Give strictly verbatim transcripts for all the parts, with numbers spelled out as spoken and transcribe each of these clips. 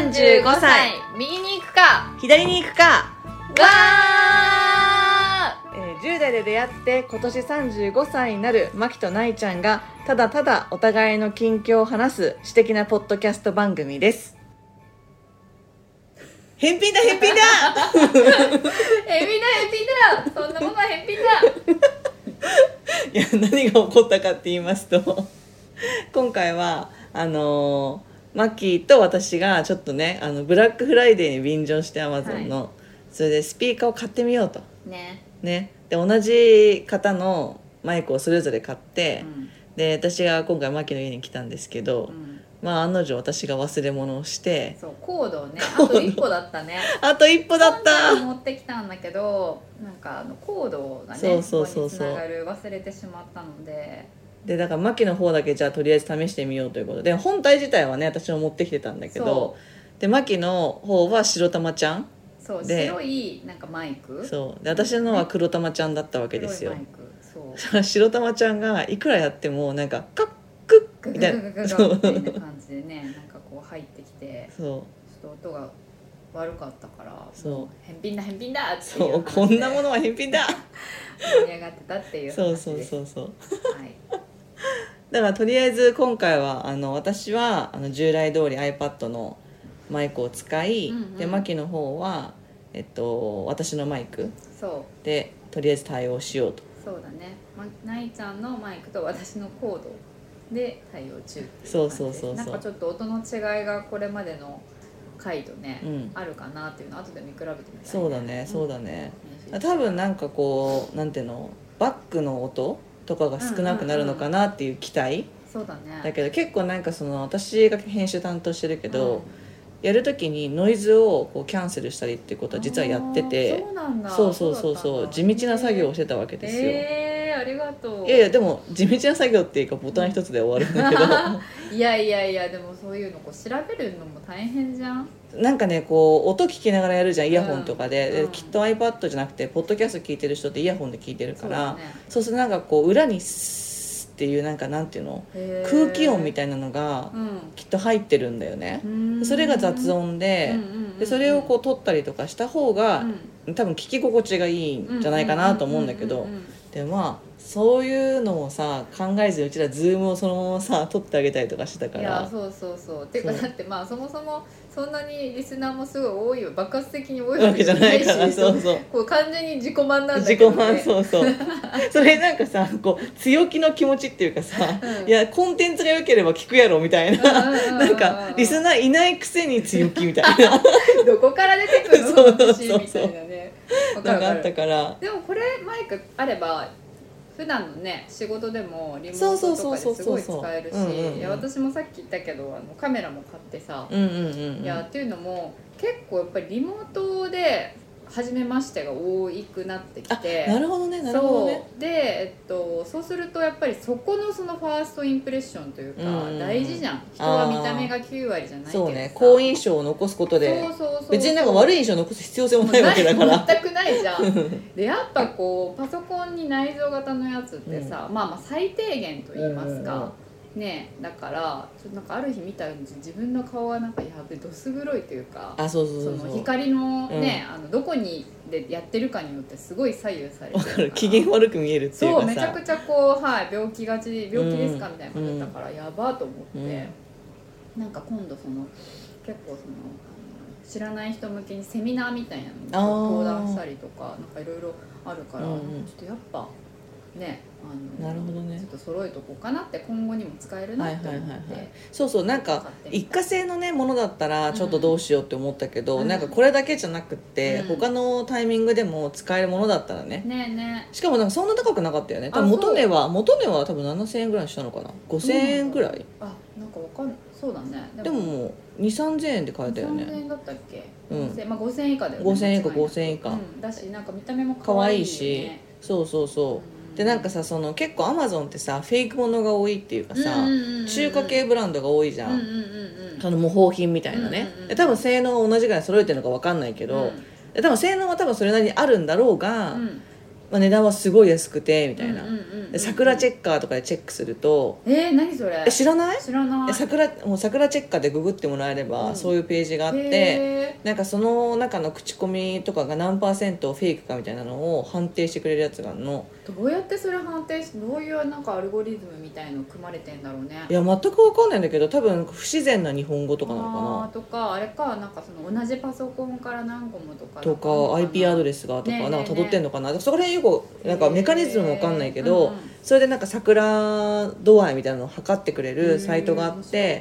んじゅうごさい、 右に行くか左に行くか。 わえー、じゅう代で出会って今年さんじゅうごさいになるマキとナイちゃんがただただお互いの近況を話す私的なポッドキャスト番組です。返品だ返品だー返品だ返品だそんなものは返品だいや何が起こったかって言いますと今回はあのーマッキーと私がちょっとねあのブラックフライデーに便乗して Amazon の、はい、それでスピーカーを買ってみようとねねで同じ型のマイクをそれぞれ買って、うん、で私が今回マッキーの家に来たんですけど、うん、まあ案の定私が忘れ物をしてそうコードをねあと一歩だったねあと一歩だった持ってきたんだけどなんかあのコードがねそうそうそうそうここにつながる忘れてしまったのででだからマキの方だけじゃあとりあえず試してみようということで本体自体はね私も持ってきてたんだけどでマキの方は白玉ちゃんそう白いなんかマイクそうで私のは黒玉ちゃんだったわけですよ。 黒いマイクそう白玉ちゃんがいくらやってもなんかカックッみたいなガガガガガみたいな感じでねなんかこう入ってきてそうちょっと音が悪かったからそう返品だ返品だっていうそうこんなものは返品だ盛り上がってたっていう話ですそうそうそうそうはいだからとりあえず今回はあの私はあの従来通り iPad のマイクを使い、うんうん、でマキの方は、えっと、私のマイクでとりあえず対応しようと。 そうだね、ま、ナイちゃんのマイクと私のコードで対応中っていう感じです。 そうそうそうそうなんかちょっと音の違いがこれまでの回とね、 うん、 あるかなっていうのを後で見比べてみたい、ね、 そうだねそうだね、うん、多分なんかこうなんていうのバックの音とかが少なくなるのかなっていう期待、 そうだね。 だけど結構なんかその私が編集担当してるけど、うん、やるときにノイズをこうキャンセルしたりっていうことは実はやってて、 そうなんだそうそうそうそう地道な作業をしてたわけですよ。 えー、ありがとう。 いやいやでも地道な作業っていうかボタン一つで終わるんだけどいやいやいやでもそういうのこう調べるのも大変じゃん。 なんかねこう音聞きながらやるじゃんイヤホンとかで、 うんうん、 きっと iPad じゃなくてポッドキャスト聞いてる人ってイヤホンで聞いてるから そう,、 ね、 そうするとなんかこう裏にスッっていうなんかなんていうの空気音みたいなのがきっと入ってるんだよね、うん、それが雑音 で,、うんうんうんうん、でそれをこう取ったりとかした方が、うん、多分聞き心地がいいんじゃないかなと思うんだけど、でもまあそういうのもさ考えずにうちらズームをそのままさ撮ってあげたりとかしてたから。 いやそうそうそうてかだってまあそもそもそんなにリスナーもすごい多いよ爆発的に多いわけじゃないし、そうそうこう完全に自己満なんだけど、ね、 自己満そうそうそれなんかさこう強気の気持ちっていうかさ、うん、いやコンテンツが良ければ聞くやろみたいな、うんうんうんうん、なんかリスナーいないくせに強気みたいなどこから出てくるのそうそうそうみたいなねなんかあったから。 でもこれマイクあれば普段のね仕事でもリモートとかですごい使えるし、いや私もさっき言ったけどあのカメラも買ってさ、 うんうんうんうん、 いやっていうのも結構やっぱりリモートで初めましてが多くなってきて、 なるほどねなるほどね。 そうで、えっと、そうするとやっぱりそこのそのファーストインプレッションというか、うん、大事じゃん。人は見た目がきゅうわりじゃないけどさ、 そうね好印象を残すことでそうそうそうそう別になんか悪い印象を残す必要性もないわけだから全くないじゃんでやっぱこうパソコンに内蔵型のやつってさ、うん、まあまあ最低限と言いますか、うんうんうんね、だからちょっとなんかある日見たら自分の顔がなんかやべどす黒いというか、 あそうそうそうその光のね、うん、あのどこにでやってるかによってすごい左右されてるから機嫌悪く見えるっていうかさ、 そうめちゃくちゃこう、はい、病気がち病気ですかみたいなことだったから、うん、やばと思って、うん、なんか今度その結構その知らない人向けにセミナーみたいなのに登壇したりとかなんかいろいろあるから、うん、ちょっとやっぱねあのなるほどね、 ちょっと揃えとこうかなって今後にも使えるなって思って、はいはいはいはい、 そうそうなんか一過性のねものだったらちょっとどうしようって思ったけど、うん、なんかこれだけじゃなくって、うん、他のタイミングでも使えるものだったらね、 ねえねえしかもなんかそんな高くなかったよね。多分元値は元値は多分ななせんえんぐらいしたのかな、ごせんえんぐらい、 あなんかわかんないそうだね。 でももうにせんさんぜんえんで買えたよね。 さんぜんえんだったっけ、 うんまあ、ごせんえん以下だよね。 ごせんえん以下ごせんえん以下、 うん、だしなんか見た目も可愛いし、ね、そうそうそう、うんでなんかさその結構アマゾンってさフェイクものが多いっていうかさ、うんうんうん、中華系ブランドが多いじゃん、うんうんうん、その模倣品みたいなね、うんうんうん、多分性能が同じぐらい揃えてるのか分かんないけど、うん、多分性能は多分それなりにあるんだろうが、うん、 まあ、値段はすごい安くてみたいな、 うんうんうんうん、 で桜チェッカーとかでチェックすると、 えー、何それ、 え知らない？ 知らない。 桜もう桜チェッカーでググってもらえれば、うん、そういうページがあって、なんかその中の口コミとかが何パーセントフェイクかみたいなのを判定してくれるやつがあるの。 どうやってそれ判定し、どういうなんかアルゴリズムみたいの組まれてんだろうね。 いや全く分かんないんだけど、多分不自然な日本語とかなのかな。 あとかあれか、なんかその同じパソコンから何個もとかとか アイピー アドレスがとか、ね、なんか辿ってんのかな、そこら辺よくなんかメカニズムも分かんないけど、うんうん、それでなんか桜度合いみたいなのを測ってくれるサイトがあって、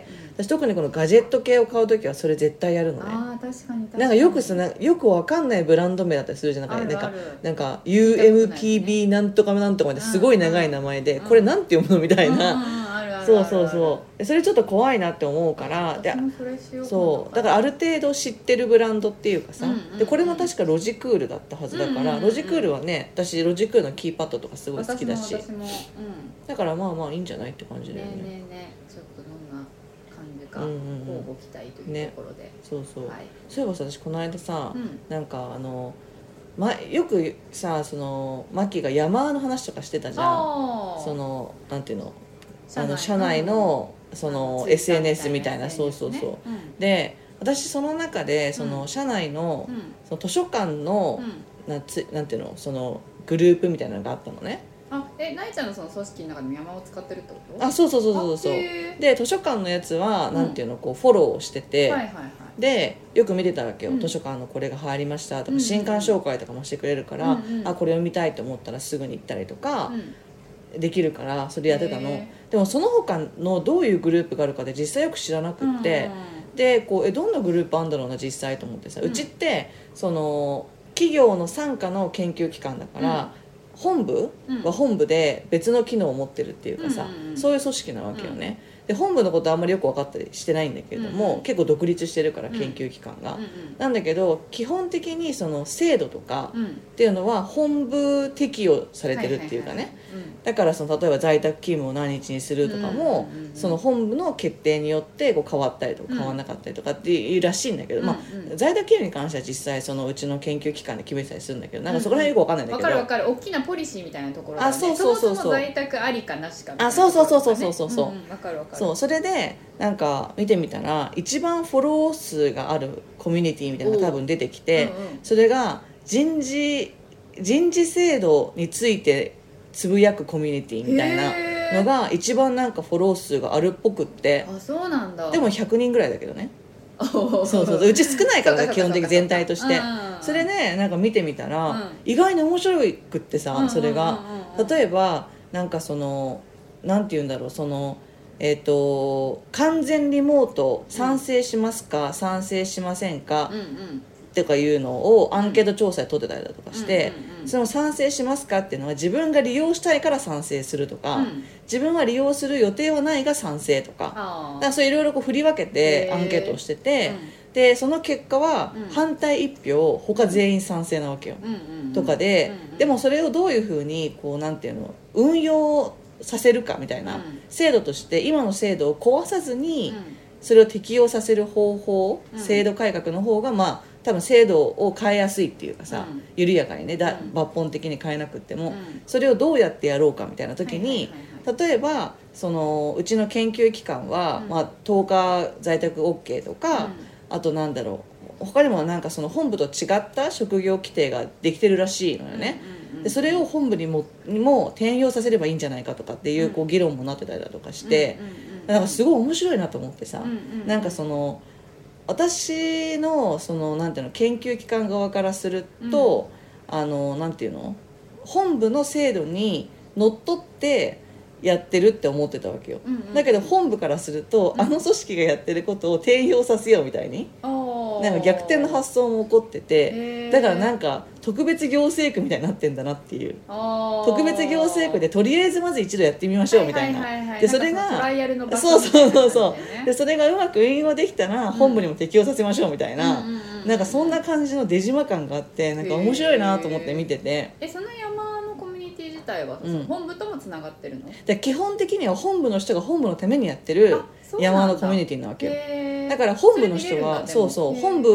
私特にこのガジェット系を買うときはそれ絶対やるのね。 あ確かに確かに。 なんかよくさ、よく分かんないブランド名だったりするじゃん。なんか、なんか、なんか ユーエムピービー なんとかなんとかですごい長い名前で、これなんて読むのみたいな。そうそうそう。それちょっと怖いなって思うから、で、そうだからある程度知ってるブランドっていうかさ、うんうんうん、でこれも確かロジクールだったはずだから、うんうんうん、ロジクールはね、私ロジクールのキーパッドとかすごい好きだし、 私も私も、うん、 だからまあまあいいんじゃないって感じだよね。 ねえねえねえ、ちょっとどんな感じか、うんうん、交互期待というところで、ね、 そうそう、 はい、 そういえばさ、私この間さ、 うん、 なんかあのま、よくさ、そのマキが山の話とかしてたじゃん。そのなんていうの、あの社内のその エスエヌエス みたいな、そうそうそう、うん、で私その中でその社内の、うん、その図書館の、うん、なつなんていうの、そのグループみたいなのがあったのね。 あ、え、なえちゃんのその組織の中で山を使ってるってこと？ あ、そうそうそうそうそう。で図書館のやつはなんていうの、こうフォローをしてて、はいはいはい、でよく見てたわけよ、うん、図書館のこれが入りましたとか、新刊紹介とかもしてくれるから、うんうん、あこれ読みたいと思ったらすぐに行ったりとか、うん、できるからそれやってたの。でもその他のどういうグループがあるかで実際よく知らなくって、うん、でこうえどんなグループあるんだろうな実際と思ってさ、うん、うちってその企業の傘下の研究機関だから、うん、本部は本部で別の機能を持ってるっていうかさ、うん、そういう組織なわけよね、うん、で本部のことはあんまりよく分かったりしてないんだけれども、うん、結構独立してるから研究機関が、うん、なんだけど基本的にその制度とかっていうのは本部適用されてるっていうかね、だからその例えば在宅勤務を何日にするとかも、うんうんうん、その本部の決定によってこう変わったりとか変わらなかったりとかっていうらしいんだけど、うんまあ、在宅勤務に関しては実際そのうちの研究機関で決めてたりするんだけど、なんかそこら辺よく分かんないんだけど、 分かる分かる、大きなポリシーみたいなところだよね。 あ、そうそうそうそう、 そもそも在宅ありかなしかみたいな、ね、 あ、そうそうそうそうそうそうそう、 うんうん、分かる分かる。 そう、それでなんか見てみたら一番フォロー数があるコミュニティみたいなのが多分出てきて、うんうん、それが人事人事制度についてつぶやくコミュニティみたいなのが一番なんかフォロー数があるっぽくって、 あ、そうなんだ。 でもひゃくにんぐらいだけどねそうそうそう、うち少ないからね基本的全体として。それね、なんか見てみたら、うん、意外に面白くってさ、それが例えばなんかそのなんて言うんだろう、そのえーと完全リモート賛成しますか、うん、賛成しませんか、うんうん、とかいうのをアンケート調査で取ってたりだとかして、うんうんうん、その賛成しますかっていうのは自分が利用したいから賛成するとか、うん、自分は利用する予定はないが賛成とか、だからそういろいろこう振り分けてアンケートをしてて、うん、でその結果は反対いち票、他全員賛成なわけよ、うん、とかで、うんうん、でもそれをどういうふうにこうなんていうの運用させるかみたいな、うん、制度として今の制度を壊さずにそれを適用させる方法、うん、制度改革の方がまあ多分制度を変えやすいっていうかさ、うん、緩やかにねだ、うん、抜本的に変えなくっても、うん、それをどうやってやろうかみたいな時に、例えばそのうちの研究機関は、うんまあ、とおか在宅 OK とか、うん、あとなんだろう他にもなんかその本部と違った職業規定ができてるらしいのよね、うんうんでそれを本部に も, にも転用させればいいんじゃないかとかっていう、 こう議論もなってたりだとかして、なんかすごい面白いなと思ってさ、なんかその私のそのなんていうの研究機関側からすると、うん、あのなんていうの本部の制度にのっとってやってるって思ってたわけよ、うんうん、だけど本部からすると、うん、あの組織がやってることを転用させようみたいに、なんか逆転の発想も起こってて、だからなんか特別行政区みたいになってんだなっていう、特別行政区でとりあえずまず一度やってみましょうみたいな、でそれがそうそうそうそうでそれがうまく運用できたら本部にも適用させましょうみたいな、なんかそんな感じの出島感があって、なんか面白いなと思って見てて、 えその山のコミュニティ自体は、うん、本部ともつながってるの？ で基本的には本部の人が本部のためにやってる山のコミュニティなわけよ。だから本部の人はそうそう本部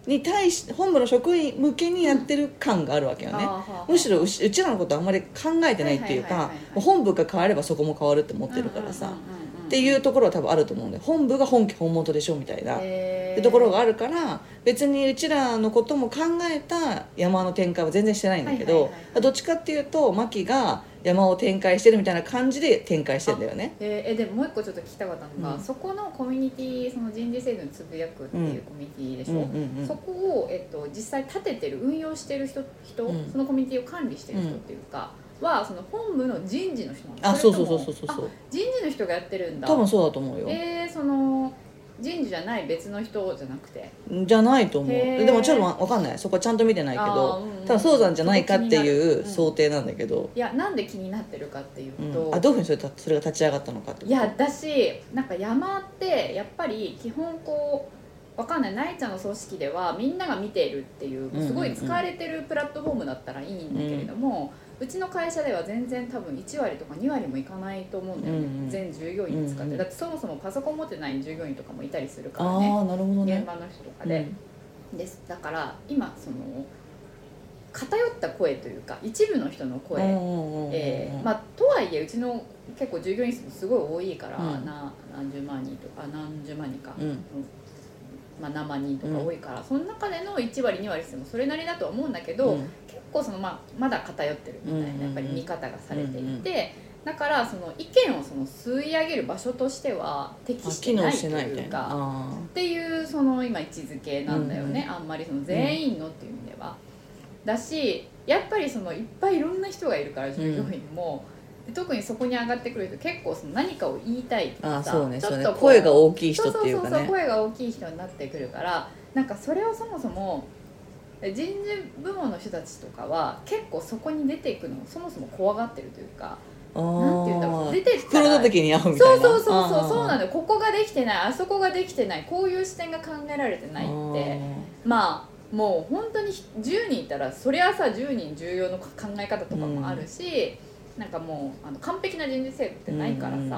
に対し本部の職員向けにやってる感があるわけよね、うん、むしろうち、うちらのことあんまり考えてないっていうか本部が変わればそこも変わるって思ってるからさ、っていうところは多分あると思うんで本部が本家本元でしょみたいなってところがあるから別にうちらのことも考えた山の展開は全然してないんだけど、どっちかっていうとマキが山を展開してるみたいな感じで展開してんだよね。 えー、えでももう一個ちょっと聞きたかったのが、うん、そこのコミュニティその人事制度につぶやくっていうコミュニティでしょ、うんうんうんうん、そこを、えっと、実際立ててる運用してる人、人、うん、そのコミュニティを管理してる人っていうか、うん、はその本部の人事の人なんですか？ あ、そうそうそうそうそうそう。 人事の人がやってるんだ。 多分そうだと思うよ。 えー、その人事じゃない別の人じゃなくてじゃないと思う。でもちょっと分かんない、そこちゃんと見てないけど、うんうん、多分そうなんじゃないかっていう想定なんだけど、うん、 いやなんで気になってるかっていうと、 うん、あどういうふうにそれ、それが立ち上がったのかってこと。 いやだしなんか山ってやっぱり基本こう分かんない、ナイちゃんの組織ではみんなが見ているっていうすごい使われてるプラットフォームだったらいいんだけれども、うん、うちの会社では全然多分いちわりとかにわりもいかないと思うんだよね、うんうん、全従業員使って、うんうん、だってそもそもパソコン持ってない従業員とかもいたりするからね、 あ、なるほどね、 現場の人とかで、うん、ですだから今その偏った声というか一部の人の声、えーまあ、とはいえうちの結構従業員数すごい多いから、うん、な何十万人とか何十万人か、うんまあ、何万人とか多いから、うん、その中でのいちわりにわりしてもそれなりだとは思うんだけど、うん、結構その、まあ、まだ偏ってるみたいなやっぱり見方がされていて、うんうんうん、だからその意見をその吸い上げる場所としては適してないというかっていうその今位置づけなんだよね、うんうん、あんまりその全員のっていう意味では、うん、だしやっぱりそのいっぱいいろんな人がいるから従業員も、うん、特にそこに上がってくる人結構その何かを言いたいとかさ、 あ、そうね、ちょっと声が大きい人っていうかね、 そうそうそうそう、声が大きい人になってくるからなんかそれをそもそも人事部門の人たちとかは結構そこに出ていくのをそもそも怖がってるというか、なんていうんだろう、出てったら袋の時に会うみたいな、 そうそうそうそう、そうなんだよ、ここができてない、あそこができてない、こういう視点が考えられてないって、まあもう本当にじゅうにんいたらそりゃさじゅうにん重要の考え方とかもあるし、うん、なんかもうあの完璧な人事制度ってないからさ、うんうんうん、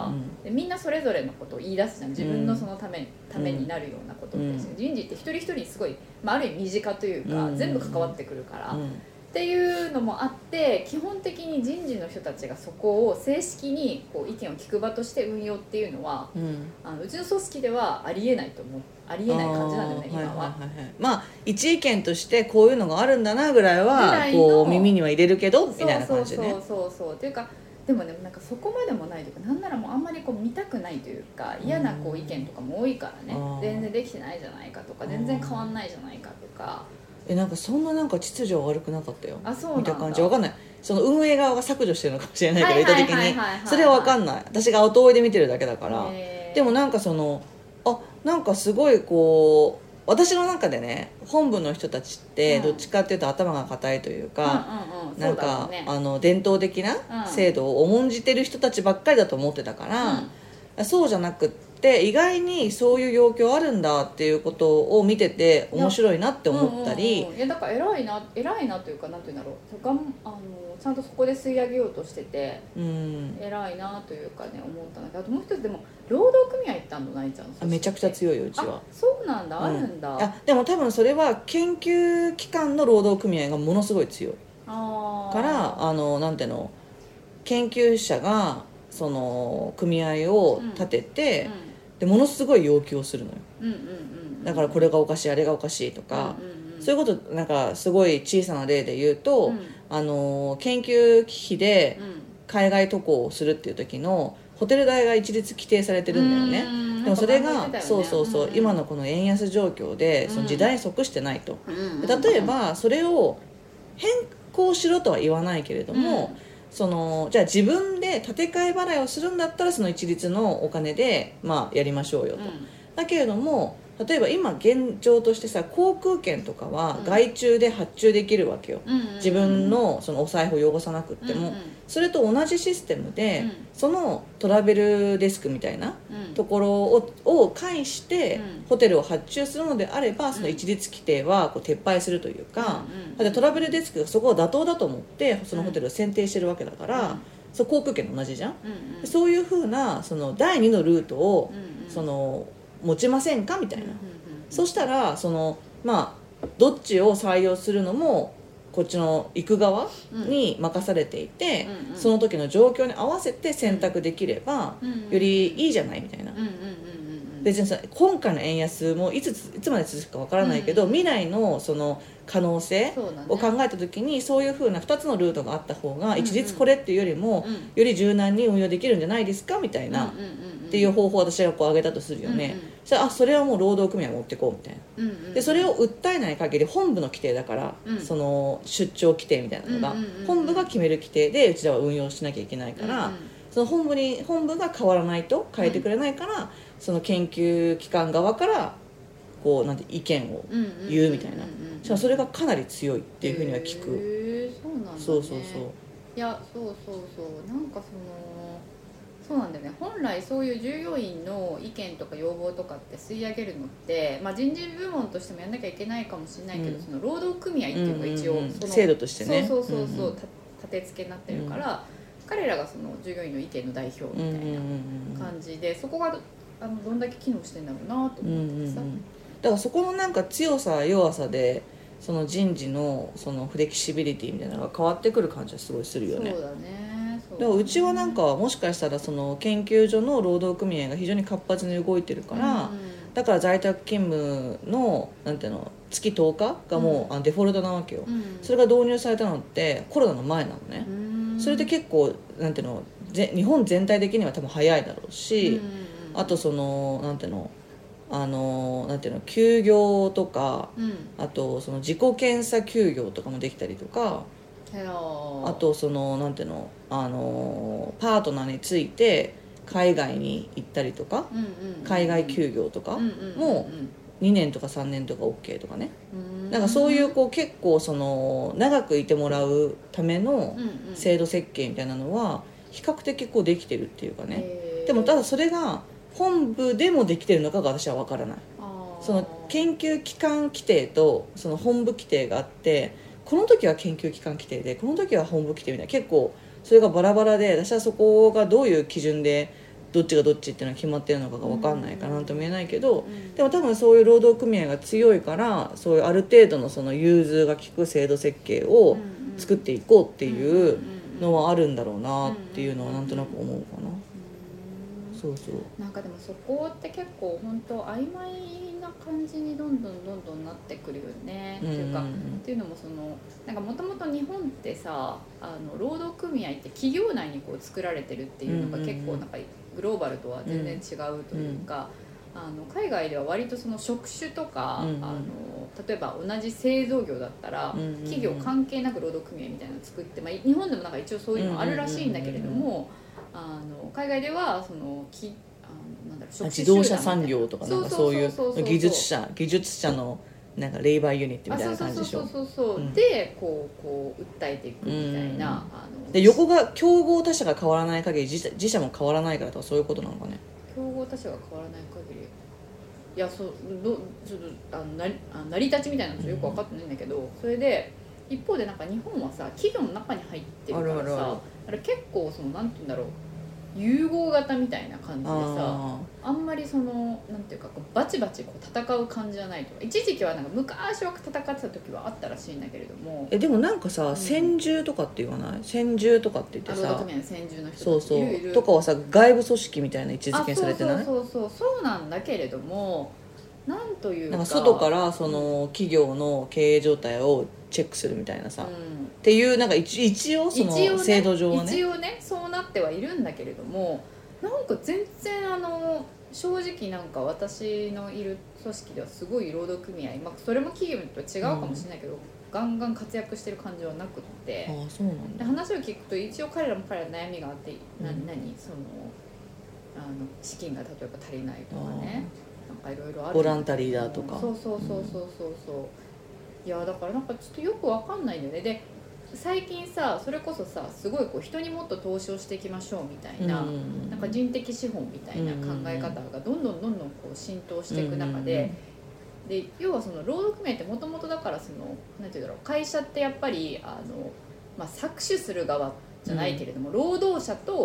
でみんなそれぞれのことを言い出すじゃん、自分のそのため、うん、ためになるようなことって、うん、人事って一人一人すごい、まあ、ある意味身近というか、うん、全部関わってくるから、うん、っていうのもあって基本的に人事の人たちがそこを正式にこう意見を聞く場として運用っていうのは、うん、あのうちの組織ではありえないと思う、ありえない感じなんだよね今は、はいはいはいはい、 まあ一意見としてこういうのがあるんだなぐらいはこう耳には入れるけどみたいな感じでね、 そうそうそうそうっていうか、でもねなんかそこまでもないというか、なんならもうあんまりこう見たくないというか、嫌なこう意見とかも多いからね、全然できてないじゃないかとか、全然変わんないじゃないかとか、 えなんかそんななんか秩序は悪くなかったよ。 あ、そうなんだ。 見た感じわかんない、その運営側が削除してるのかもしれないけど、意図的にそれはわかんない、私が後追いで見てるだけだから。でもなんかそのあなんかすごいこう私の中でね、本部の人たちってどっちかっていうと頭が固いというか、うん、なんか、ね、あの伝統的な制度を重んじてる人たちばっかりだと思ってたから、うん、そうじゃなくって意外にそういう要求あるんだっていうことを見てて面白いなって思ったり、 いや、うんうんうん、いやだから偉いな偉いなというか、なんていうんだろう、がんあのちゃんとそこで吸い上げようとしてて、うん、偉いなというかね思ったんだけど、あともう一つでも労働組合行ったのないちゃん、 あめちゃくちゃ強いようちは。 あ、そうなんだ、うん、あるんだ。 あでも多分それは研究機関の労働組合がものすごい強いあからあのなんていうの研究者がその組合を立てて、うんうん、でものすごい要求をするのよ、うんうんうんうん、だからこれがおかしいあれがおかしいとか、うんうんうん、そういうことなんかすごい小さな例で言うと、うん、あの研究費で海外渡航をするっていう時のホテル代が一律規定されてるんだよね。でもそれが、ね、そうそうそう、うんうん、今のこの円安状況でその時代に即してないと、うん、例えばそれを変更しろとは言わないけれども、うん、そのじゃあ自分で建て替え払いをするんだったらその一律のお金で、まあ、やりましょうよと、うん、だけれども例えば今現状としてさ航空券とかは外注で発注できるわけよ、うん、自分のそのお財布を汚さなくっても、うんうん、それと同じシステムで、うん、そのトラベルデスクみたいなところを、を介してホテルを発注するのであればその一律規定はこう撤廃するというか、うんうん、トラベルデスクがそこを妥当だと思ってそのホテルを選定してるわけだから、うん、そう航空券と同じじゃん、うんうん、そういうふうなそのだいにのルートを、うんうん、その持ちませんかみたいな、うんうんうん、そしたらそのまあどっちを採用するのもこっちの行く側に任されていて、うんうん、その時の状況に合わせて選択できれば、うんうん、よりいいじゃないみたいな、うんうんうんうん、別にさ今回の円安もいついつまで続くかわからないけど、うんうん、未来のその可能性を考えた時にそういう風なふたつのルートがあった方が一律これっていうよりも、うんうん、より柔軟に運用できるんじゃないですかみたいな、うんうんうんうん、っていう方法を私がこう挙げたとするよね、うんうん、それあそれはもう労働組合持ってこうみたいな、うんうんうん、でそれを訴えない限り本部の規定だから、うん、その出張規定みたいなのが、うんうんうんうん、本部が決める規定でうちらは運用しなきゃいけないから、うんうん、その本部に本部が変わらないと変えてくれないから、うん、その研究機関側からこうなんて意見を言うみたいな、しかもそれがかなり強いっていうふうには聞く。 へー、そうなんだね。 そうそうそう。 いやそうそうそうなんかそのそうなんだよね。本来そういう従業員の意見とか要望とかって吸い上げるのって、まあ、人事部門としてもやんなきゃいけないかもしれないけど、うん、その労働組合っていうのが一応、うんうんうん、その制度としてねそうそうそうそう、うんうん、立て付けになってるから、うん、彼らがその従業員の意見の代表みたいな感じで、そこがあのどんだけ機能してんだろうなと思ってさ、うんうんうん、 だからそこのなんか強さ弱さでその人事のそのフレキシビリティみたいなのが変わってくる感じはすごいするよね。 そうだね。 だからうちはなんかもしかしたらその研究所の労働組合が非常に活発に動いてるから、うんうん、だから在宅勤務のなんていうの月とおかがもう、うん、デフォルトなわけよ、うん、それが導入されたのってコロナの前なのね、うん、それで結構なんていうの日本全体的には多分早いだろうし、うん、あとそのなんていうのあのなんていうの休業とか、うん、あとその自己検査休業とかもできたりとか、あとそのなんていうのあのパートナーについて海外に行ったりとか、うんうんうん、海外休業とかもにねんとかさんねんとか OK とかね、うん、なんかそういうこう結構その長くいてもらうための制度設計みたいなのは比較的こうできてるっていうかね、でもただそれが本部でもできてるのかが私は分からない。その研究機関規定とその本部規定があって、この時は研究機関規定でこの時は本部規定みたいな結構それがバラバラで、私はそこがどういう基準でどっちがどっちっていうのが決まってるのかが分かんないかなとも言えないけど、でも多分そういう労働組合が強いからそういうある程度のその融通が利く制度設計を作っていこうっていうのはあるんだろうなっていうのはなんとなく思うかな。そうそうなんかでもそこって結構本当曖昧な感じにどんどんどんどんなってくるよね、うんうん、っていうかっていうのもそのなんかもともと日本ってさあの労働組合って企業内にこう作られてるっていうのが結構なんかグローバルとは全然違うというか、うんうん、あの海外では割とその職種とか、うんうん、あの例えば同じ製造業だったら、うんうんうん、企業関係なく労働組合みたいなのを作って、まあ、日本でもなんか一応そういうのあるらしいんだけれども、あの海外ではそのきあのなんだろう職種自動車産業とかなんかそういう技術者技術者のなんかレイバーユニットみたいな感じでしょ。 そうそうそうそう、うん、でこうこう訴えていくみたいな、うん、あので横が競合他社が変わらない限り自自社も変わらないからとかそういうことなのかね。 競合他社が変わらない限りいやそうどちょっとあのなあ成り立ちみたいなのよく分かってないんだけど、うん、それで一方でなんか日本はさ企業の中に入ってるからさ、あるあるあるあれ結構そのなんて言うんだろう融合型みたいな感じでさ あ, あんまりそのなんていうかこうバチバチこう戦う感じじゃないとか、一時期はなんか昔は戦ってた時はあったらしいんだけれども、 えでもなんかさ、うん、専従とかって言わない専従とかって言ってさ、 専従の人そうそういるいるとかはさ外部組織みたいな位置づけにされてない？ そうそうそうそうそうなんだけれども、なんというかなんか外からその企業の経営状態をチェックするみたいなさ、うん、っていうなんか一, 一応その制度上はね一応ねそうなってはいるんだけれども、なんか全然あの正直なんか私のいる組織ではすごい労働組合、まあ、それも企業とは違うかもしれないけど、うん、ガンガン活躍してる感じはなくって、 ああそうなんだ。 話を聞くと一応彼らも彼らの悩みがあって、うん、何何そのあの資金が例えば足りないとかね、なんかいろいろある、 ボランタリーだとか、 そうそうそうそうそうそう、うん、いやだからなんかちょっとよくわかんないんだよね。で最近さそれこそさすごいこう人にもっと投資をしていきましょうみたいな、うん、なんか人的資本みたいな考え方がどんどんどんどんこう浸透していく中で、うん、で要はその労働組合ってもともとだからそのなんていうんだろう、会社ってやっぱりあの、まあ、搾取する側じゃないけれども、うん、労働者と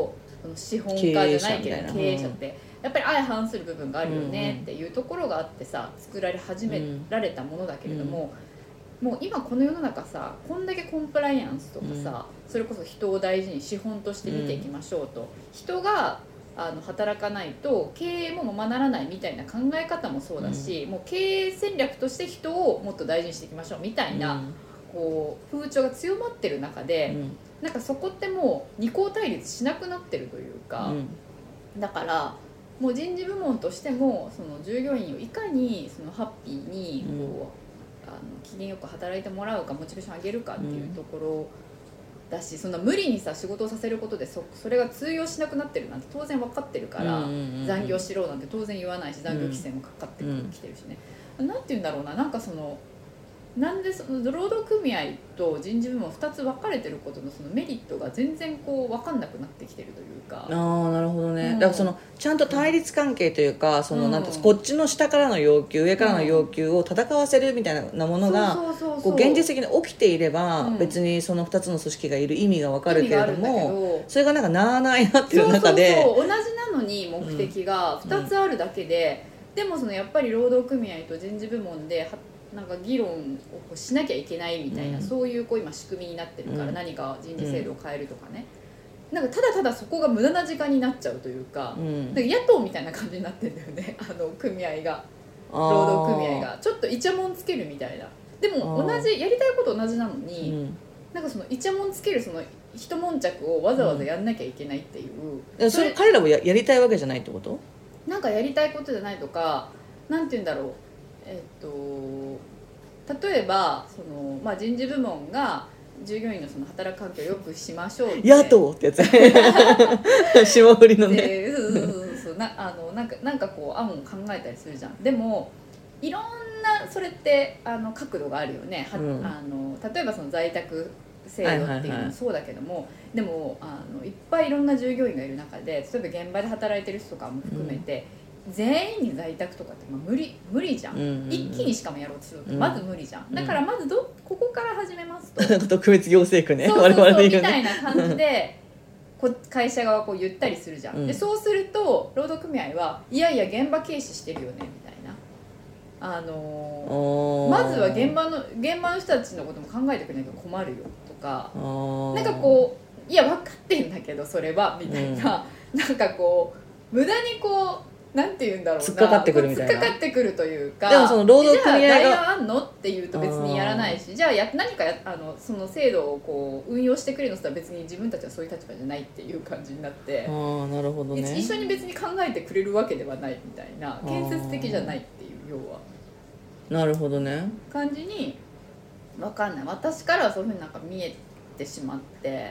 その資本家じゃないけど経営者っってやっぱり相反する部分があるよねっていうところがあってさ作られ始められたものだけれども、うん、もう今この世の中さこんだけコンプライアンスとかさ、うん、それこそ人を大事に資本として見ていきましょうと、うん、人があの働かないと経営もままならないみたいな考え方もそうだし、うん、もう経営戦略として人をもっと大事にしていきましょうみたいな、うん、こう風潮が強まってる中で、うん、なんかそこってもう二項対立しなくなってるというか、うん、だからもう人事部門としてもその従業員をいかにそのハッピーにこう、うん、あの機嫌よく働いてもらうかモチベーション上げるかっていうところだし、そんな無理にさ仕事をさせることで そ, それが通用しなくなってるなんて当然分かってるから、うんうんうん、残業しろなんて当然言わないし残業規制もかかってきてるしね、うん、なんて言うんだろうな、なんかそのなんでその労働組合と人事部門ふたつ分かれてることのそのメリットが全然こう分かんなくなってきてるというか。 ああなるほどね、うん、だからそのちゃんと対立関係というか、うん、そのなんてこっちの下からの要求上からの要求を戦わせるみたいなものが現実的に起きていれば、うん、別にそのふたつの組織がいる意味が分かるけれども、それがなんかなあなあになってる中でそうそうそう同じなのに目的がふたつあるだけで、うん、でもそのやっぱり労働組合と人事部門でなんか議論をしなきゃいけないみたいな、うん、そういうこう今仕組みになってるから、うん、何か人事制度を変えるとかね、うん、なんかただただそこが無駄な時間になっちゃうというか、うん、なんか野党みたいな感じになってるんだよねあの組合が労働組合がちょっとイチャモンつけるみたいな。でも同じやりたいこと同じなのに、うん、なんかそのイチャモンつけるその一悶着をわざわざやんなきゃいけないっていう、 うん、それ彼らも や, やりたいわけじゃないってこと？ なんかやりたいことじゃないとか、なんて言うんだろう、えっと例えばその、まあ、人事部門が従業員のその働く環境を良くしましょうって野党ってやつ霜降りのねそうそうそうそうなあのなんかなんかこう案を考えたりするじゃん。でもいろんなそれってあの角度があるよね、うん、あの例えばその在宅制度っていうのもそうだけども、はいはいはい、でもあのいっぱいいろんな従業員がいる中で例えば現場で働いてる人とかも含めて、うん、全員に在宅とかってまあ無理無理じゃん、うんうんうん、一気にしかもやろうとするとまず無理じゃん、うん、だからまずどここから始めますと特別行政区ねそうそうそう我々で言うねみたいな感じでこ会社側はこう言ったりするじゃん、うん、でそうすると労働組合はいやいや現場軽視してるよねみたいな、あのー、まずは現場の現場の人たちのことも考えてくれないと困るよとか、なんかこういや分かってんだけどそれはみたいな、うん、なんかこう無駄にこうなんて言うんだろうな突っかかってくるみたいな、 突っかかってくるというか、 でもその労働組合がじゃあ代案あんのって言うと別にやらないし、じゃあや何かやあのその制度をこう運用してくれるの人は別に自分たちはそういう立場じゃないっていう感じになって、 あーなるほどね、 一緒に別に考えてくれるわけではないみたいな、建設的じゃないっていう要はなるほどね感じに分かんない、私からはそういうふうになんか見えてしまって、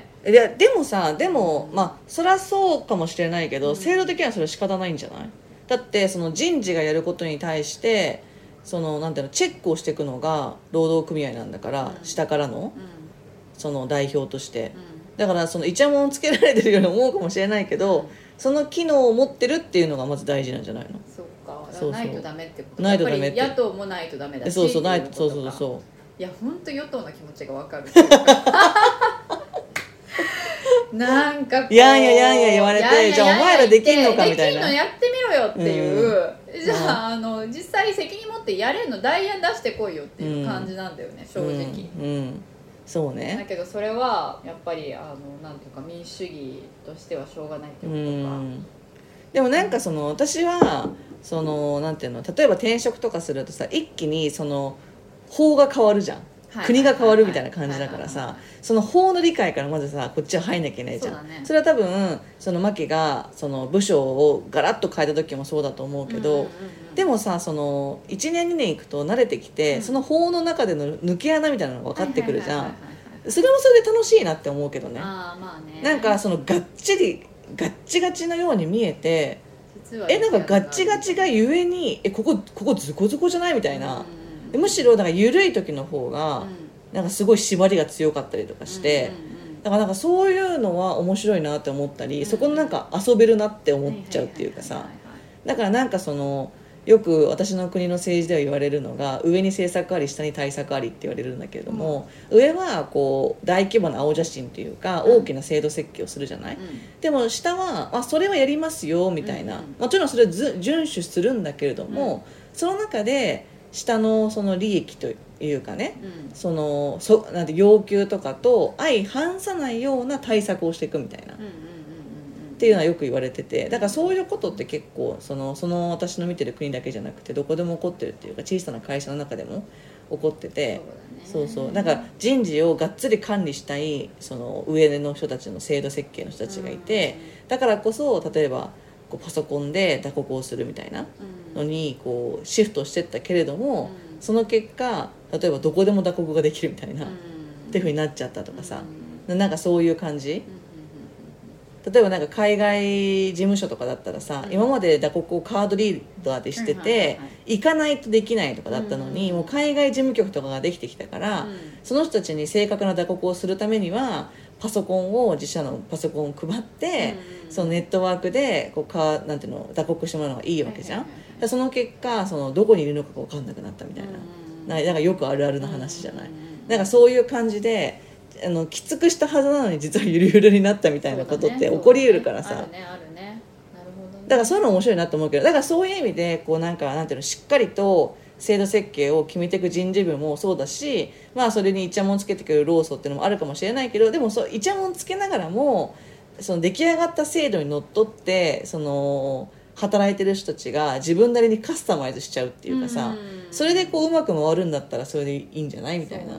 いやでもさでも、うん、まあそりゃそうかもしれないけど、うん、制度的にはそれは仕方ないんじゃない？だってその人事がやることに対してそのなんていうのチェックをしていくのが労働組合なんだから、うん、下からの、うん、その代表として、うん、だからそのイチャモンつけられてるように思うかもしれないけど、うん、その機能を持ってるっていうのがまず大事なんじゃないの？ そうか、そうそうないとダメってこと。 ないとダメって、 やっぱり野党もないとダメだし、 そうそうないとそうそうそう、 いや本当与党の気持ちが分かるなんかこういやいやいやいや言われて、じゃあお前らできんのかみたいな、 できんのやってみろよっていう、うん、じゃあ、あの実際責任持ってやれんの代案出してこいよっていう感じなんだよね、うん、正直、 うんうん、そうね。 だけどそれはやっぱりあのなんていうか民主主義としてはしょうがないってことか、うん、 でもなんかその私はそのなんていうの、例えば転職とかするとさ一気にその法が変わるじゃん、国が変わるみたいな感じだからさ、その法の理解からまずさこっちは入んなきゃいけないじゃん。 そ, ね、それは多分そのマキがその部署をガラッと変えた時もそうだと思うけど、うんうんうんうん、でもさそのいちねんにねんいくと慣れてきて、うん、その法の中での抜け穴みたいなのが分かってくるじゃん。それもそれで楽しいなって思うけどね。 あ、まあね、 なんかそのがっちりガッチガチのように見えて、えなんかガッチガチがゆえにえここここズコズコじゃないみたいな、うん、むしろだから緩い時の方が、うん、なんかすごい縛りが強かったりとかして、うんうんうん、だからなんかそういうのは面白いなって思ったり、うん、そこのなんか遊べるなって思っちゃうっていうかさ、だからなんかそのよく私の国の政治では言われるのが、上に政策あり下に対策ありって言われるんだけれども、うん、上はこう大規模な青写真というか大きな制度設計をするじゃない、うん、でも下はあそれはやりますよみたいな、うんうん、もちろんそれは遵守するんだけれども、うん、その中で下のその利益というかね、うん、そのそなんて要求とかと相反さないような対策をしていくみたいな、うんうんっていうのはよく言われてて、だからそういうことって結構そのその私の見てる国だけじゃなくてどこでも起こってるっていうか、小さな会社の中でも起こってて、そうそうだから人事をがっつり管理したいその上の人たちの制度設計の人たちがいて、だからこそ例えばこうパソコンで打刻をするみたいなのにこうシフトしてったけれども、その結果例えばどこでも打刻ができるみたいなっていう風になっちゃったとかさ、なんかそういう感じ。例えばなんか海外事務所とかだったらさ、うん、今まで打刻をカードリーダーでしてて、はいはいはい、行かないとできないとかだったのに、うん、もう海外事務局とかができてきたから、うん、その人たちに正確な打刻をするためにはパソコンを自社のパソコンを配って、うん、そのネットワークでこうかなんていうの打刻してもらうのがいいわけじゃん、はいはいはいはい、その結果そのどこにいるのかが分かんなくなったみたいな、うん、なんかよくあるあるな話じゃない、うん、なんかそういう感じであのきつくしたはずなのに実はゆるゆるになったみたいなことって起こりうるからさ、 あるねあるね、なるほどね。 だからそういうの面白いなと思うけど、だからそういう意味でこうなんかなんていうのしっかりと制度設計を決めていく人事部もそうだし、まあそれにイチャモンつけてくる労組っていうのもあるかもしれないけど、でもそうイチャモンつけながらもその出来上がった制度にのっとってその働いてる人たちが自分なりにカスタマイズしちゃうっていうかさ、うん、それでこううまく回るんだったらそれでいいんじゃないみたいな。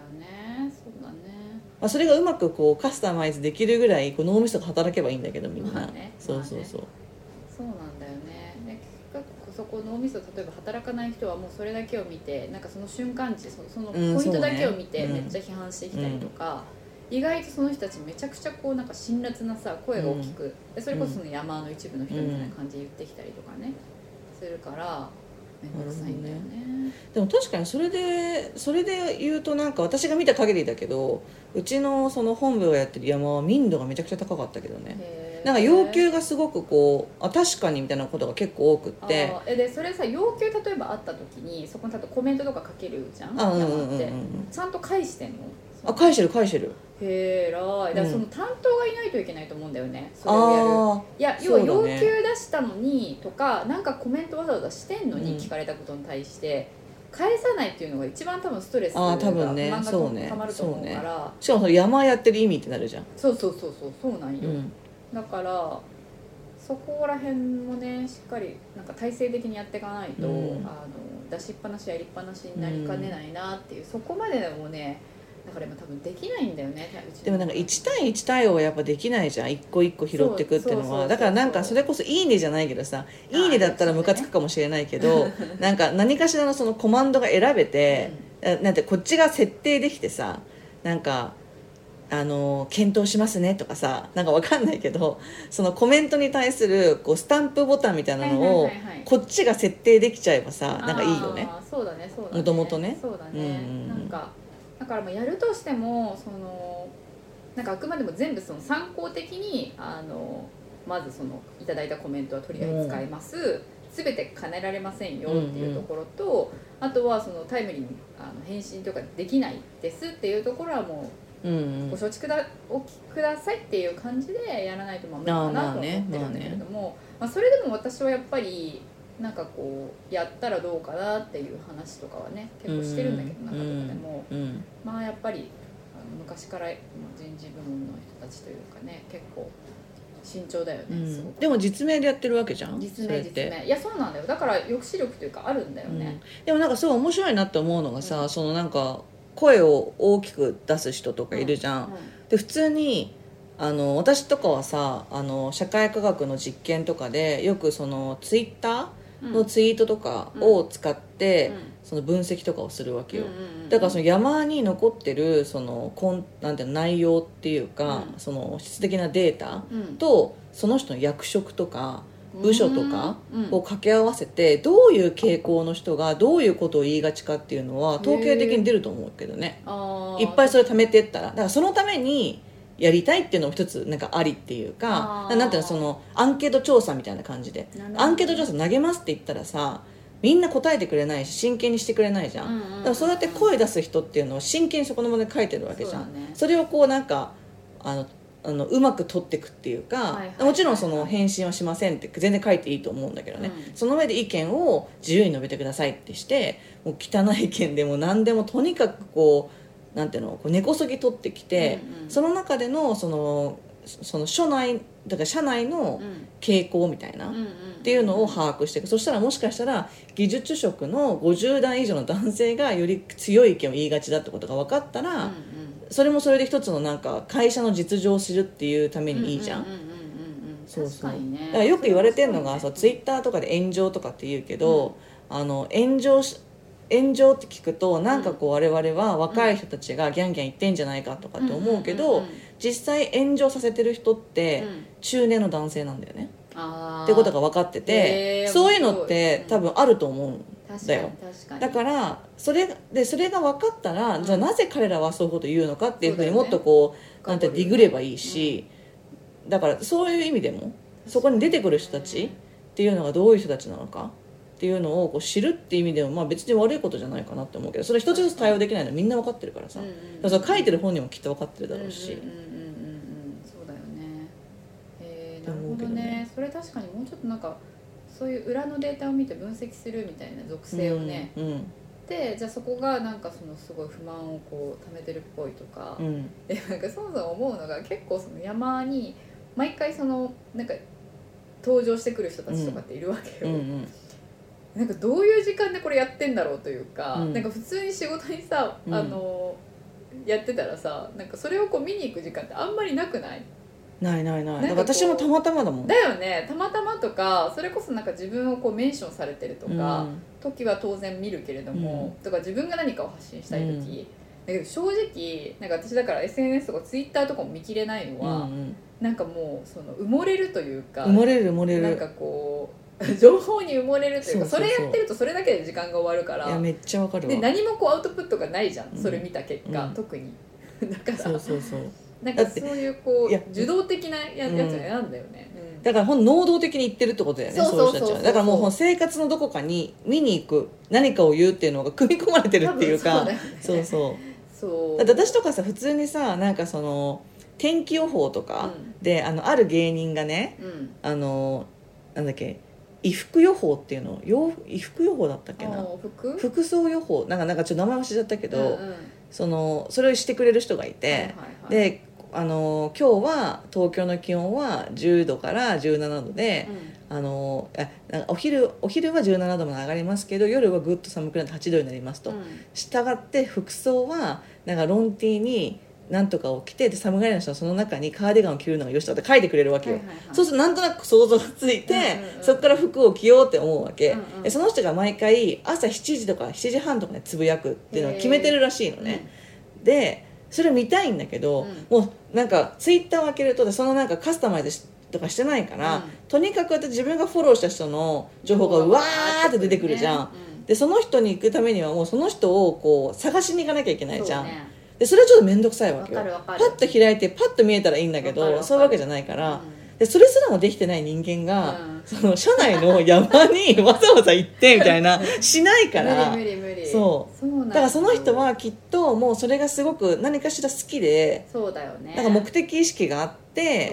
まあ、それがうまくこうカスタマイズできるぐらいこう脳みそが働けばいいんだけどみんな、まあね、そうそうそう、まあね、 そうなんだよね。で結局そこ脳みそ例えば働かない人はもうそれだけを見てなんかその瞬間値 そ, そのポイントだけを見てめっちゃ批判してきたりとか、うん、意外とその人たちめちゃくちゃこうなんか辛辣なさ声が大きく、うん、でそれこそその山の一部の人みたいな感じで言ってきたりとかね、うん、するからめんどくさいんだよね。 でも確かにそれでそれで言うとなんか私が見た限りだけどうちのその本部がやってる山は民度がめちゃくちゃ高かったけどね、なんか要求がすごくこうあ確かにみたいなことが結構多くって、 あえでそれさ要求例えばあった時にそこに例えばコメントとか書けるじゃん、あ、うんうんうんうん、山ってちゃんと返してんの？ あ返してる返してる。 へえらい。だからその担当がいないといけないと思うんだよね、それをやる。いや要は要求出したのにとか、なんかコメントわざわざしてんのに聞かれたことに対して返さないっていうのが一番多分ストレスが不満がたまると思うから、 しかもその山やってる意味ってなるじゃん。 そうそうそうそうそうなんよ、うん、だからそこら辺もねしっかりなんか体制的にやっていかないと、うん、あの出しっぱなしやりっぱなしになりかねないなっていう、うん、そこまででもねだから今多分できないんだよね。 でもなんかいち対いち対応はやっぱできないじゃん、一個一個拾っていくっていうのは。だからなんかそれこそいいねじゃないけどさ、いいねだったらムカつくかもしれないけど、なんか何かしらのそのコマンドが選べて、うん、なんてこっちが設定できてさ、なんかあの検討しますねとかさ、なんかわかんないけどそのコメントに対するこうスタンプボタンみたいなのをこっちが設定できちゃえばさ、なんかいいよね。 そうだねそうだね。 もともとね。 そうだね。うん、なんかだからもうやるとしてもそのなんかあくまでも全部その参考的にあのまずそのいただいたコメントはとりあえず使います、うん、全て兼ねられませんよっていうところと、うんうん、あとはそのタイムリーにあの返信とかできないですっていうところはもう、うんうん、ご承知くだお聞きくださいっていう感じでやらないとまあ無理かなと思ってるんだけれども、まあねまあ、それでも私はやっぱりなんかこうやったらどうかなっていう話とかはね結構してるんだけど、中とかでも、うんうん、まあやっぱりあの昔から人事部門の人たちというかね結構慎重だよね、うん、すごく。 でも実名でやってるわけじゃん。 実名実名いやそうなんだよ。だから抑止力というかあるんだよね、 うん、でもなんかすごい面白いなって思うのがさ、うん、そのなんか声を大きく出す人とかいるじゃん、うんうん、で普通にあの私とかはさあの社会科学の実験とかでよくそのツイッターのツイートとかを使ってその分析とかをするわけよ。だからその山に残ってるそのコンなんていうの内容っていうか、その質的なデータとその人の役職とか部署とかを掛け合わせてどういう傾向の人がどういうことを言いがちかっていうのは統計的に出ると思うけどね。いっぱいそれ貯めていったら、だからそのためにやりたいっていうのも一つなんかありっていうか、なんていうのそのアンケート調査みたいな感じでアンケート調査投げますって言ったらさみんな答えてくれないし真剣にしてくれないじゃん、うんうんうんうん、だからそうやって声出す人っていうのは真剣にそこの場で書いてるわけじゃん そ,、ね、それをこうなんかあのあのうまく取っていくっていうか、はいはいはいはい、もちろんその返信はしませんって全然書いていいと思うんだけどね、うん、その上で意見を自由に述べてくださいってしてもう汚い意見でも何でもとにかくこうなんていうのこう根こそぎ取ってきて、うんうん、その中でのそのその社内だから社内の傾向みたいな、うん、っていうのを把握していく。そしたらもしかしたら技術職のごじゅう代以上の男性がより強い意見を言いがちだってことが分かったら、うんうん、それもそれで一つのなんか会社の実情を知るっていうためにいいじゃん。そうそう、ね、だからよく言われてるのがそう、ツイッターとかで炎上とかって言うけど、うん、あの炎上し炎上って聞くとなんかこう我々は若い人たちがギャンギャン言ってんじゃないかとかって思うけど、実際炎上させてる人って中年の男性なんだよね、うん、ってことが分かってて、そういうのって多分あると思うんだよ。だからそれでそれが分かったら、うん、じゃあなぜ彼らはそういうことを言うのかっていうふうにもっとこう、なんてディグればいいし、うん、だからそういう意味でもそこに出てくる人たちっていうのがどういう人たちなのかっていうのをこう知るっていう意味でも、まあ、別に悪いことじゃないかなって思うけど、それ一つずつ対応できないのみんな分かってるからさ、うんうん、だからそれ書いてる本人もきっと分かってるだろうし、うんうんうんうん、 そうだよね。えー、なるほどね。それ確かにもうちょっとなんかそういう裏のデータを見て分析するみたいな属性をね、うんうん、でじゃあそこがなんかそのすごい不満をこう溜めてるっぽいとか、うん、でなんかそもそも思うのが結構その山に毎回そのなんか登場してくる人たちとかっているわけよ、うんうんうん、なんかどういう時間でこれやってんだろうというか、うん、なんか普通に仕事にさ、あの、うん、やってたらさ、なんかそれをこう見に行く時間ってあんまりなくない？ ないないない。だから私もたまたまだもん。 だよね、たまたまとか、それこそなんか自分をこうメンションされてるとか、うん、時は当然見るけれども、うん、とか自分が何かを発信したい時、うん、だけど正直なんか私だから エスエヌエス とか ツイッター とかも見切れないのは、うんうん、なんかもうその埋もれるというか、 埋もれる埋もれる、 なんかこう情報に埋もれるというか、 そうそうそう、それやってるとそれだけで時間が終わるから、 いやめっちゃわかるわ。 で何もこうアウトプットがないじゃん、うん、それ見た結果、うん、特にだからそうそうそう、 なんかそういうこう受動的なやつがなんだよね、 うん、だからほん能動的に言ってるってことだよね、そういう人たちは。だからもう生活のどこかに見に行く、何かを言うっていうのが組み込まれてるっていうか、そうだよね、そうそうそう。だって私とかさ普通にさ、なんかその天気予報とかで、うん、あのある芸人がね、うん、あのなんだっけ衣服予報っていうの、衣服予報だったっけな、服? 服装予報なんかなんかちょっと名前忘れちゃったけど、うんうん、そのそれをしてくれる人がいて、はいはいはい、であの今日は東京の気温はじゅうどからじゅうななどで、うん、あのあお昼お昼はじゅうななどまで上がりますけど夜はぐっと寒くなってはちどになりますと、うん、したがって服装はなんかロンティーになんとかを着て、で寒がりの人はその中にカーディガンを着るのがよしとかって書いてくれるわけよ、はいはいはい、そうするとなんとなく想像がついて、うんうんうん、そこから服を着ようって思うわけ、うんうん、その人が毎回朝しちじとかしちじはんとかでつぶやくっていうのを決めてるらしいのね、うん、でそれ見たいんだけど、うん、もうなんかツイッターを開けるとそのなんかカスタマイズとかしてないから、うん、とにかく自分がフォローした人の情報がうわーって出てくるじゃん、うん、でその人に行くためにはもうその人をこう探しに行かなきゃいけないじゃん、でそれはちょっと面倒くさいわけよ。パッと開いてパッと見えたらいいんだけど、そういうわけじゃないから、うん、でそれすらもできてない人間が、うん、その社内の山にわざわざ行ってみたいなしないから無理無理無理、 そうそうなんだからその人はきっともうそれがすごく何かしら好きで、 そうだよね、 なんか目的意識があって、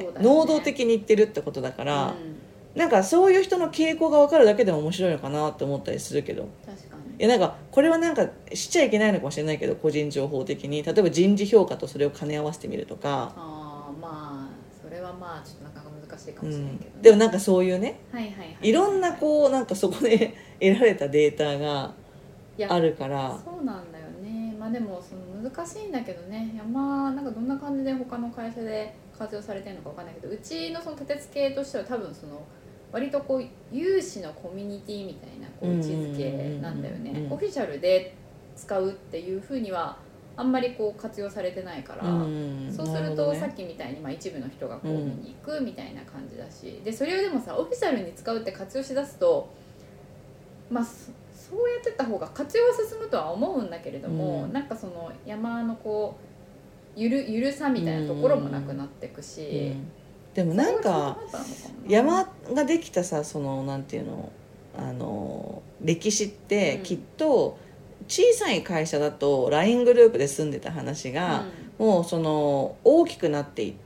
ね、能動的に言ってるってことだから、うん、なんかそういう人の傾向が分かるだけでも面白いのかなって思ったりするけど、確かにいやなんかこれはなんかしちゃいけないのかもしれないけど、個人情報的に例えば人事評価とそれを兼ね合わせてみるとか、 あまあそれはまあちょっとなかなか難しいかもしれないけど、ね、 うん、でもなんかそういうね、 はいはいはい、 いろんなこうなんかそこで得られたデータがあるから、 そうなんだよね。まあでもその難しいんだけどね、山なんかどんな感じで他の会社で活用されてるのか分かんないけど、うちのその立て付けとしては多分その割とこう有志のコミュニティみたいなこう位置づけなんだよね。オフィシャルで使うっていうふうにはあんまりこう活用されてないから、うん、そうするとさっきみたいにまあ一部の人がこう見に行くみたいな感じだし、でそれをでもさオフィシャルに使うって活用しだすと、まあそうやってた方が活用は進むとは思うんだけれども、うん、なんかその山のこうゆるゆるさみたいなところもなくなっていくし、うんうん、 でもなんか山ができたさ、そのなんていうのあの歴史ってきっと小さい会社だと ライン グループで住んでた話が、うん、もうその大きくなっていって、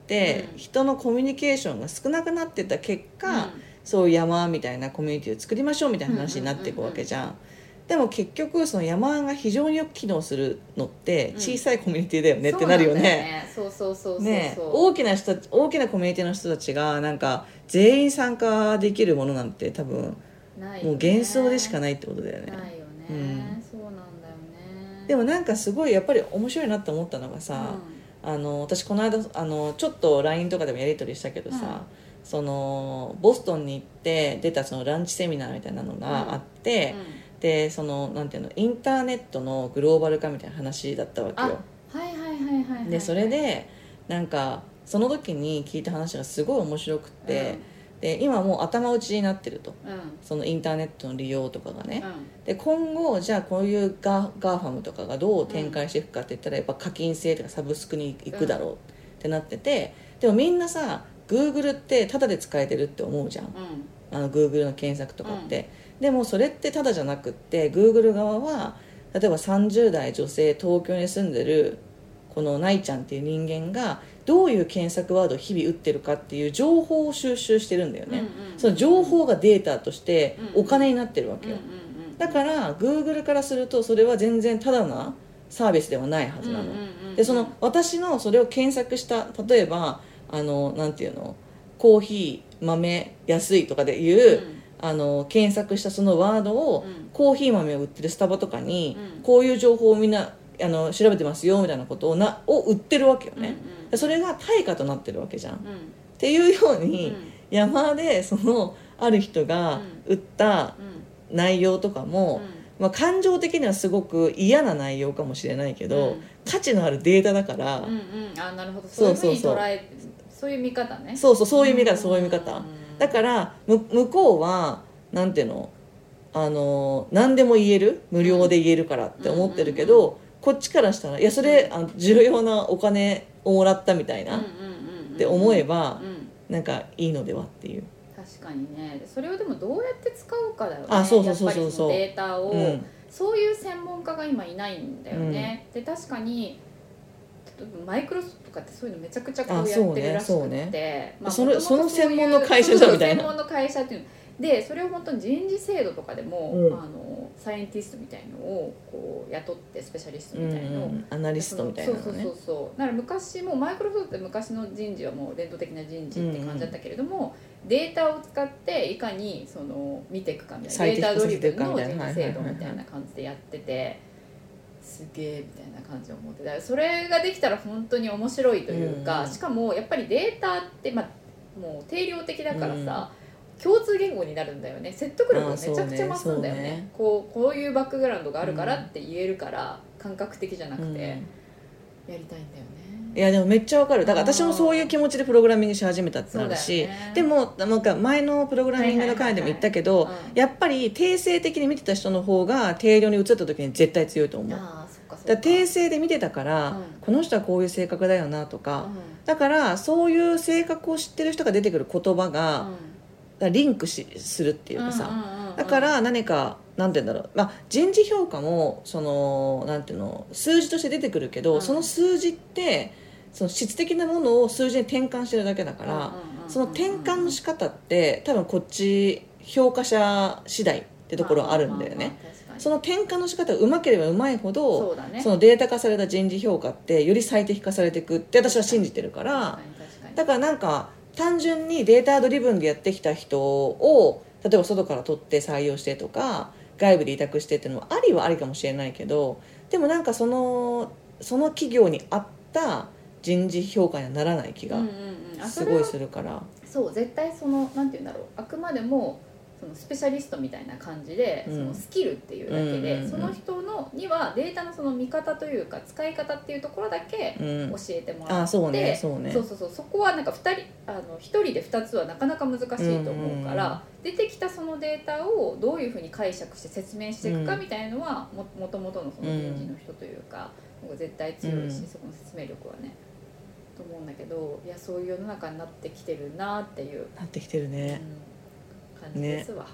うん、人のコミュニケーションが少なくなっていった結果、うん、そういう山みたいなコミュニティを作りましょうみたいな話になっていくわけじゃん。でも結局その山が非常によく機能するのって小さいコミュニティだよねってなるよね。 そうそうそうそうね、大きな人大きなコミュニティの人たちがなんか全員参加できるものなんて多分ないよね、 もう幻想でしかないってことだよね。 ないよね、うん、そうなんだよね。 でもなんかすごいやっぱり面白いなって思ったのがさ、うん、あの私この間あのちょっと ライン とかでもやり取りしたけどさ、うん、そのボストンに行って出たそのランチセミナーみたいなのがあって、うんうん、でそのなんていうのインターネットのグローバル化みたいな話だったわけよ。 はいはいはいはいはい、はい、 でそれでなんかその時に聞いた話がすごい面白くって、うん、で今もう頭打ちになってると、うん、そのインターネットの利用とかがね、うん、で今後じゃあこういうガガーファムとかがどう展開していくかって言ったらやっぱ課金制とかサブスクに行くだろうってなってて、でもみんなさ Google ってタダで使えてるって思うじゃん、あの Google の検索とかって、でもそれってタダじゃなくって Google 側は例えばさんじゅう代女性東京に住んでるこのないちゃんっていう人間がどういう検索ワードを日々打ってるかっていう情報を収集してるんだよね、うんうんうん、その情報がデータとしてお金になってるわけよ、うんうんうん、だから Google からするとそれは全然ただなサービスではないはずなの、うんうんうんうん、でその私のそれを検索した例えばあのなんていうのコーヒー豆安いとかでいう、うん、あの検索したそのワードを、うん、コーヒー豆を売ってるスタバとかに、うん、こういう情報をみんなあの調べてますよみたいなことをなを売ってるわけよね、うんうん、それが対価となってるわけじゃん、うん、っていうように、うん、山でそのある人が売った内容とかも、うんまあ、感情的にはすごく嫌な内容かもしれないけど、うん、価値のあるデータだから、 うんうん、あなるほどそういうふうに捉えてそういう見方ねそうそうそういう見方、うん、そういう見方だから向こうはなんていうのあの何でも言える無料で言えるからって思ってるけど、うんうんうんうんこっちからしたらいやそれあの重要なお金をもらったみたいなって思えばなんかいいのではっていう。 確かにねそれをでもどうやって使うかだよね。 あそうそうそうそうそうデータを、うん、そういう専門家が今いないんだよね、うん、で確かにマイクロソフトとかってそういうのめちゃくちゃこうやってるらしくて、そ,、ねまあ、 そ, のその専門の会社じゃんみたいな専門の会社っていうのでそれを本当に人事制度とかでも、うん、あのサイエンティストみたいのをこう雇ってスペシャリストみたいの、うんうん、 アナリストみたいなのねそうそうそうそうだから昔もマイクロソフトって昔の人事はもう伝統的な人事って感じだったけれども、うんうん、データを使っていかにその見ていくかみたいなデータドリブンの人事制度みたいな感じでやっててすげえみたいな感じを思ってだからそれができたら本当に面白いというか、うん、しかもやっぱりデータって、まあ、もう定量的だからさ、うん共通言語になるんだよね説得力がめちゃくちゃ増すんだよ ね, ねこうこういうバックグラウンドがあるからって言えるから、うん、感覚的じゃなくて、うん、やりたいんだよね。 いやでもめっちゃわかるだから私もそういう気持ちでプログラミングし始めたってなるし、ね、でもなんか前のプログラミングの回でも言ったけどやっぱり定性的に見てた人の方が定量に移った時に絶対強いと思う。 あそっかそっかだ定性で見てたから、うん、この人はこういう性格だよなとか、うん、だからそういう性格を知ってる人が出てくる言葉が、うんリンクしするっていうかさ、うんうんうんうん、だから何かなんて言うんだろう、まあ、人事評価もそのなんていうの数字として出てくるけど、うん、その数字ってその質的なものを数字に転換してるだけだから、うんうんうんうん、その転換の仕方って多分こっち評価者次第ってところはあるんだよね、うんうんうん、その転換の仕方がうまければうまいほど そ, うだ、ね、そのデータ化された人事評価ってより最適化されていくって私は信じてるからだからなんか単純にデータドリブンでやってきた人を例えば外から取って採用してとか外部で委託してっていうのはありはありかもしれないけどでもなんかそのその企業に合った人事評価にはならない気がすごいするから、うんうんうん、 そう絶対そのなんていうんだろうあくまでもそのスペシャリストみたいな感じで、うん、そのスキルっていうだけで、うんうんうん、その人のにはデータのその見方というか使い方っていうところだけ教えてもらって、うん、あそうねそうねそうそうそうそこはなんかふたりあのひとりでふたつはなかなか難しいと思うから、うんうん、出てきたそのデータをどういうふうに解釈して説明していくかみたいなのは、うん、も, もともとのその人事の人というか、うん、絶対強いし、うん、そこの説明力はねと思うんだけどいやそういう世の中になってきてるなっていうなってきてるね、 うん感じですわ、ね、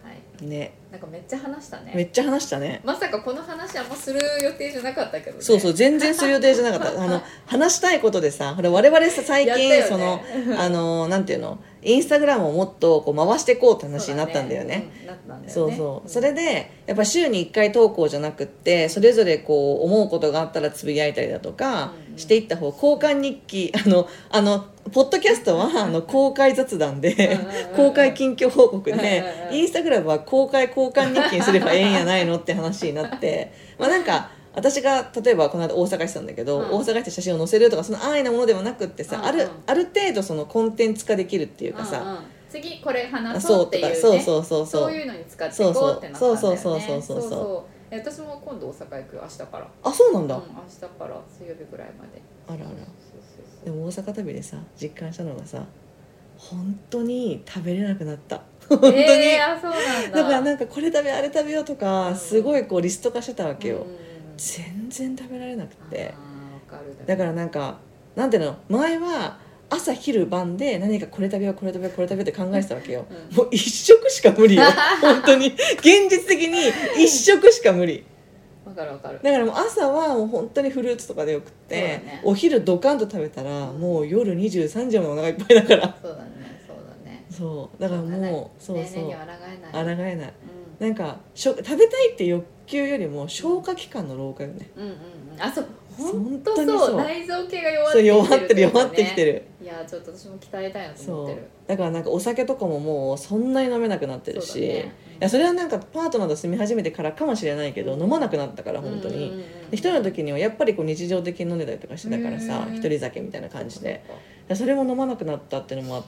はいね、 なんかめっちゃ話したね。 めっちゃ話したね。 まさかこの話あんまする予定じゃなかったけどね。 そうそう、全然する予定じゃなかったあの話したいことでさ、ほら我々さ最近、ね、そのあのなんていうの、インスタグラムをもっとこう回していこうって話になったんだよね。そうそう、それでやっぱ週にいっかい投稿じゃなくって、それぞれこう思うことがあったらつぶやいたりだとかしていった方、交換日記、あのあのポッドキャストはあの公開雑談で公開近況報告で、インスタグラムは公開交換日記にすればええんやないのって話になってまあなんか私が例えばこの間大阪してたんだけど、うん、大阪して写真を載せるとかその安易なものではなくってさ、うんうん、あるある程度そのコンテンツ化できるっていうかさ、うんうん、 次これ話そうっていうね、 そうそうそうそう、 そういうのに使っていこうってなったんだよね。 そうそうそうそうそうそうそう、私も今度大阪行くよ、明日から。 あ、そうなんだ、 うん、明日から水曜日ぐらいまで。 あらあら、でも大阪旅でさ実感したのがさ、本当に食べれなくなった。本当に、 えー、あ、そうなんだ。 だからなんかこれ食べあれ食べようとか、うん、すごいこうリスト化してたわけよ、うん、全然食べられなくて。 あ、わかる。 だからなんかなんていうの、前は朝昼晩で何かこれ食べようこれ食べようこれ食べようって考えてたわけよ、うん、もう一食しか無理よ本当に現実的に一食しか無理。 わかるわかる。 だからもう朝はもう本当にフルーツとかでよくって、ね、お昼ドカンと食べたら、うん、もう夜にじゅうさんじまでお腹いっぱいだから。 そうだね、そうだね。 そうだからもう、そうそう、 ね、抗えない。 抗えない、うん、なんかしょ食べたいって欲求よりも消化器官の老化よね。 うんうんうん、あ、そう、本当そう、内臓系が弱ってきてる、ね、 そう、弱ってる弱ってきてる。 いや、ちょっと私も鍛えたいなと思ってる。 だからなんかお酒とかももうそんなに飲めなくなってるし、ね、うん、いやそれはなんかパートナーと住み始めてからかもしれないけど、うん、飲まなくなったから本当に、うんうんうん、で一人の時にはやっぱりこう日常的に飲んでたりとかしてたからさ、一人酒みたいな感じで、それも飲まなくなったっていうのもあって、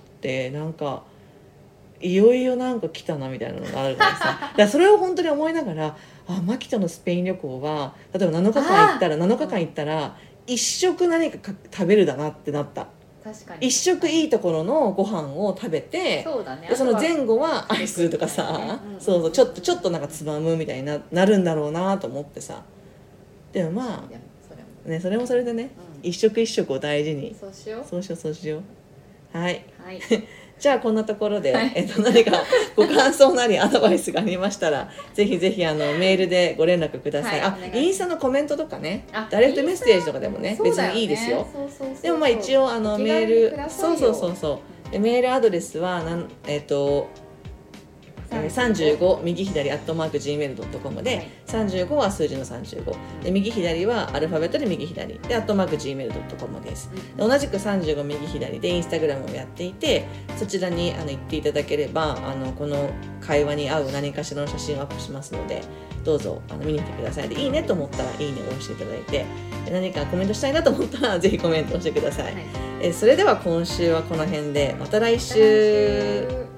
なんかいよいよなんか来たなみたいなのがあるからさだからそれを本当に思いながら、あ、マキとのスペイン旅行は例えばなのかかん行ったらなのかかん行ったら一食何か食べるだなってなった。 確かに一食いいところのご飯を食べて、 そうだね、 でその前後はアイスとかさ、そうそう、ちょっとちょっとなんかつまむみたいに な, なるんだろうなと思ってさ。でもまあでもそれもね、それもそれでね、うん、一食一食を大事に、 そうしようそうしようそうしよう。はい、はいじゃあこんなところで、はい、えっと、何かご感想なりアドバイスがありましたらぜひぜひあのメールでご連絡ください、はい、あ、インスタのコメントとかね、ダイレクトメッセージとかでもね、別にいいですよ。 そうそうそうそう、 でもまあ一応あのメール、そうそうそうそうで、メールアドレスはなん、えっとさんじゅうご右左アットマーク ジーメールドットコム で、はい、さんじゅうごは数字のさんじゅうごで、右左はアルファベットで右左でアットマーク ジーメールドットコム です、うん、で同じくさんじゅうご右左でインスタグラムをやっていて、そちらにあの行っていただければあのこの会話に合う何かしらの写真をアップしますので、どうぞあの見に来てください。でいいねと思ったらいいねを押していただいて、何かコメントしたいなと思ったらぜひコメントをしてください、はい、えそれでは今週はこの辺で、また来週。